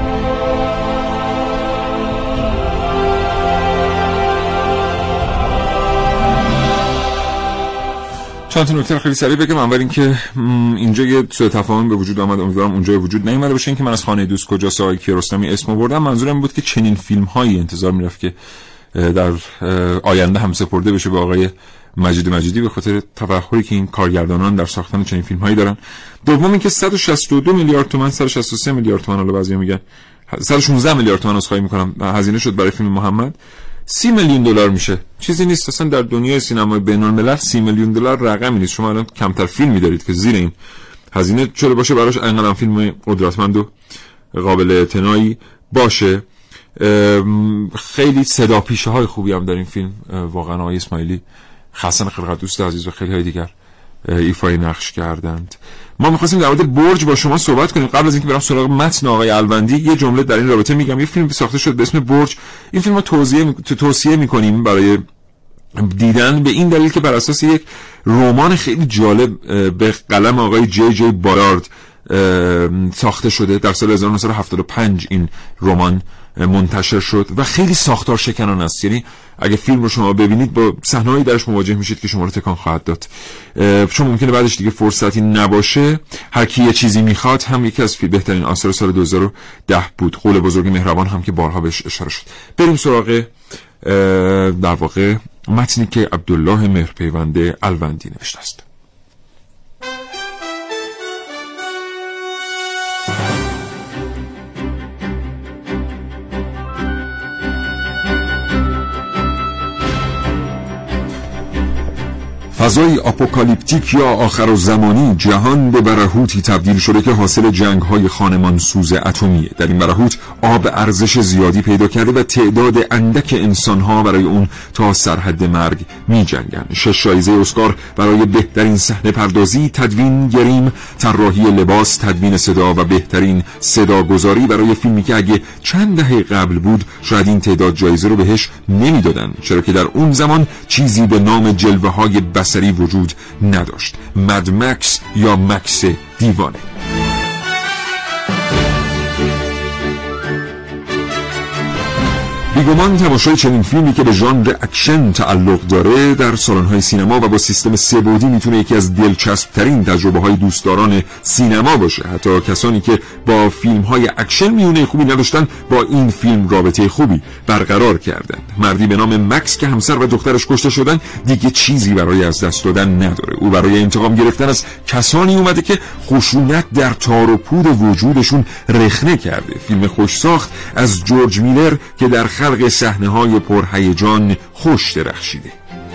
چند تا نکته خیلی سریع بگم. اول اینکه اینجا یه سوء تفاهم به وجود اومد، امیدوارم اونجا وجود نیومده باشه. اینکه من از خانه دوست کجاست آقای کیارستمی اسم آوردم، منظورم بود که چنین فیلم‌هایی انتظار میرفت که در آینده هم سپرده بشه به آقای مجید مجیدی به خاطر تفکری که این کارگردانان در ساختن چنین فیلم‌هایی دارن. دوم اینکه 162 میلیارد تومان، 163 میلیارد تومان، حالا بعضیا میگن 116 میلیارد تومان عذرخواهی می‌کنم، هزینه شد برای فیلم محمد. 30 میلیون دلار میشه. چیزی نیست اصلا در دنیای سینمای بین‌الملل 30 میلیون دلار رقمی نیست. شما الان کمتر فیلمی دارید که زیر این هزینه شده باشه براش انقدر فیلم قدرتمند و قابل اعتنایی باشه. خیلی صدا پیشه های خوبی هم در این فیلم واقعا آقای اسماعیلی، حسن خلقت دوست عزیز و خیلی های دیگر ایفای نقش کردند. ما می‌خواستیم در مورد برج با شما صحبت کنیم. قبل از اینکه برم سراغ متن آقای الوندی یه جمله در این رابطه میگم. یه فیلم ساخته شد به اسم برج. این فیلم رو توصیه می‌کنیم برای دیدن به این دلیل که بر اساس یک رمان خیلی جالب به قلم آقای جی بارارد ساخته شده. در سال 1975 این رمان منتشر شد و خیلی ساختار شکنان است. یعنی اگه فیلم رو شما ببینید با صحنه‌ای درش مواجه میشید که شما رو تکان خواهد داد. چون ممکنه بعدش دیگه فرصتی نباشه. هر کی یه چیزی میخواد هم یکی از بهترین آثار سال 2010 بود. قول بزرگ مهربان هم که بارها بهش اشاره شد. بریم سراغ در واقع متنی که عبدالله مهرپیوند الوندی نوشته است. فضای آپوکالیپتیک یا آخرالزمانی، جهان به برهوتی تبدیل شده که حاصل جنگ‌های خانمان سوز اتمیه. در این برهوت آب ارزش زیادی پیدا کرده و تعداد اندک انسان‌ها برای اون تا سرحد مرگ می‌جنگن. 6 جایزه اسکار برای بهترین صحنه پردازی، تدوین گریم، طراحی لباس، تدوین صدا و بهترین صداگذاری برای فیلمی که اگه چند دهه قبل بود شاید این تعداد جایزه رو بهش نمیدادن، چرا که در اون زمان چیزی به نام جلوه‌های بصری وجود نداشت. مد مکس یا مکس دیوانه. بیگمان تماشای چنین فیلمی که به ژانر اکشن تعلق داره در سالن‌های سینما و با سیستم 3 بعدی میتونه یکی از دلچسب‌ترین تجربه‌های دوستداران سینما باشه. حتی کسانی که با فیلم‌های اکشن میونه خوبی نداشتن با این فیلم رابطه خوبی برقرار کردن. مردی به نام مکس که همسر و دخترش کشته شدن دیگه چیزی برای از دست دادن نداره. او برای انتقام گرفتن از کسانی اومده که خشونت در تار و پود وجودشون رخنه کرده. فیلم خوش ساخت از جورج میلر که در خلق صحنه‌های پرهیجان خوش درخشیده.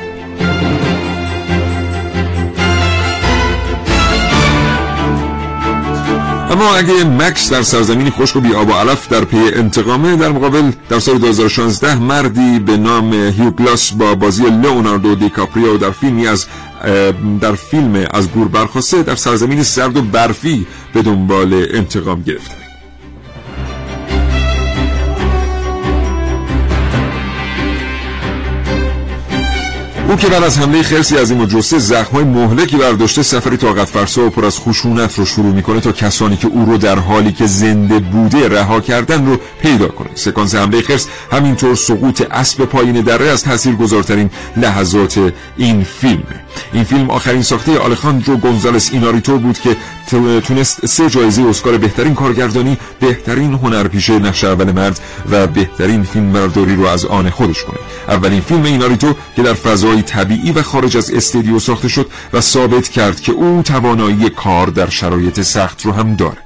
اما اگه مکس در سرزمینی خشک و بی آب و علف در پی انتقامه، در مقابل در سال 2016 مردی به نام هیو گلاس با بازی لئوناردو دیکاپریو در فیلم از گور برخاسته در سرزمین سرد و برفی به دنبال انتقام گرفته. او که بعد از حمله خرسی عظیم و جثه زخم‌های مهلکی برداشته، سفری طاقت فرسا و پر از خشونت رو شروع میکنه تا کسانی که او رو در حالی که زنده بوده رها کردن رو پیدا کنه. سکانس حمله خرس همینطور سقوط اسب پایین دره از تاثیرگذارترین لحظات این فیلمه. این فیلم آخرین ساخته آلخاندرو گونزالس ایناریتو بود که تونست 3 جایزه اسکار بهترین کارگردانی، بهترین هنرپیشه نقش اول مرد و بهترین فیلمبرداری رو از آن خودش کنه. اولین فیلم ایناریتو که در فضای طبیعی و خارج از استودیو ساخته شد و ثابت کرد که او توانایی کار در شرایط سخت رو هم داره.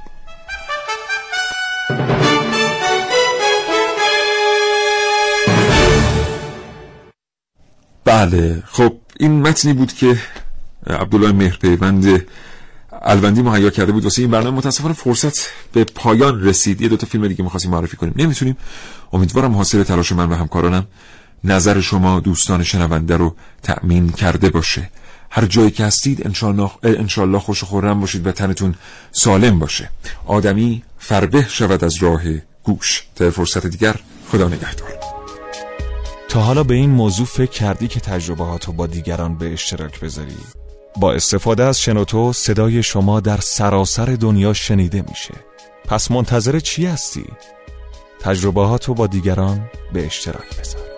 بله، خب این متنی بود که عبدالله مهرپیوند الوندی مهیا کرده بود واسه این برنامه. متاسفانه فرصت به پایان رسید. یه 2 فیلم دیگه می‌خواستیم معرفی کنیم، نمیتونیم. امیدوارم حاصل تلاش من و همکارانم نظر شما دوستان شنونده رو تأمین کرده باشه. هر جایی که هستید انشالله خوش و خرم باشید و تنتون سالم باشه. آدمی فربه شود از راه گوش. تا فرصت دیگر، خدا نگهدار. تا حالا به این موضوع فکر کردی که تجربهاتو با دیگران به اشتراک بذاری؟ با استفاده از شنوتو صدای شما در سراسر دنیا شنیده میشه. پس منتظر چی هستی؟ تجربهاتو با دیگران به اشتراک بذار.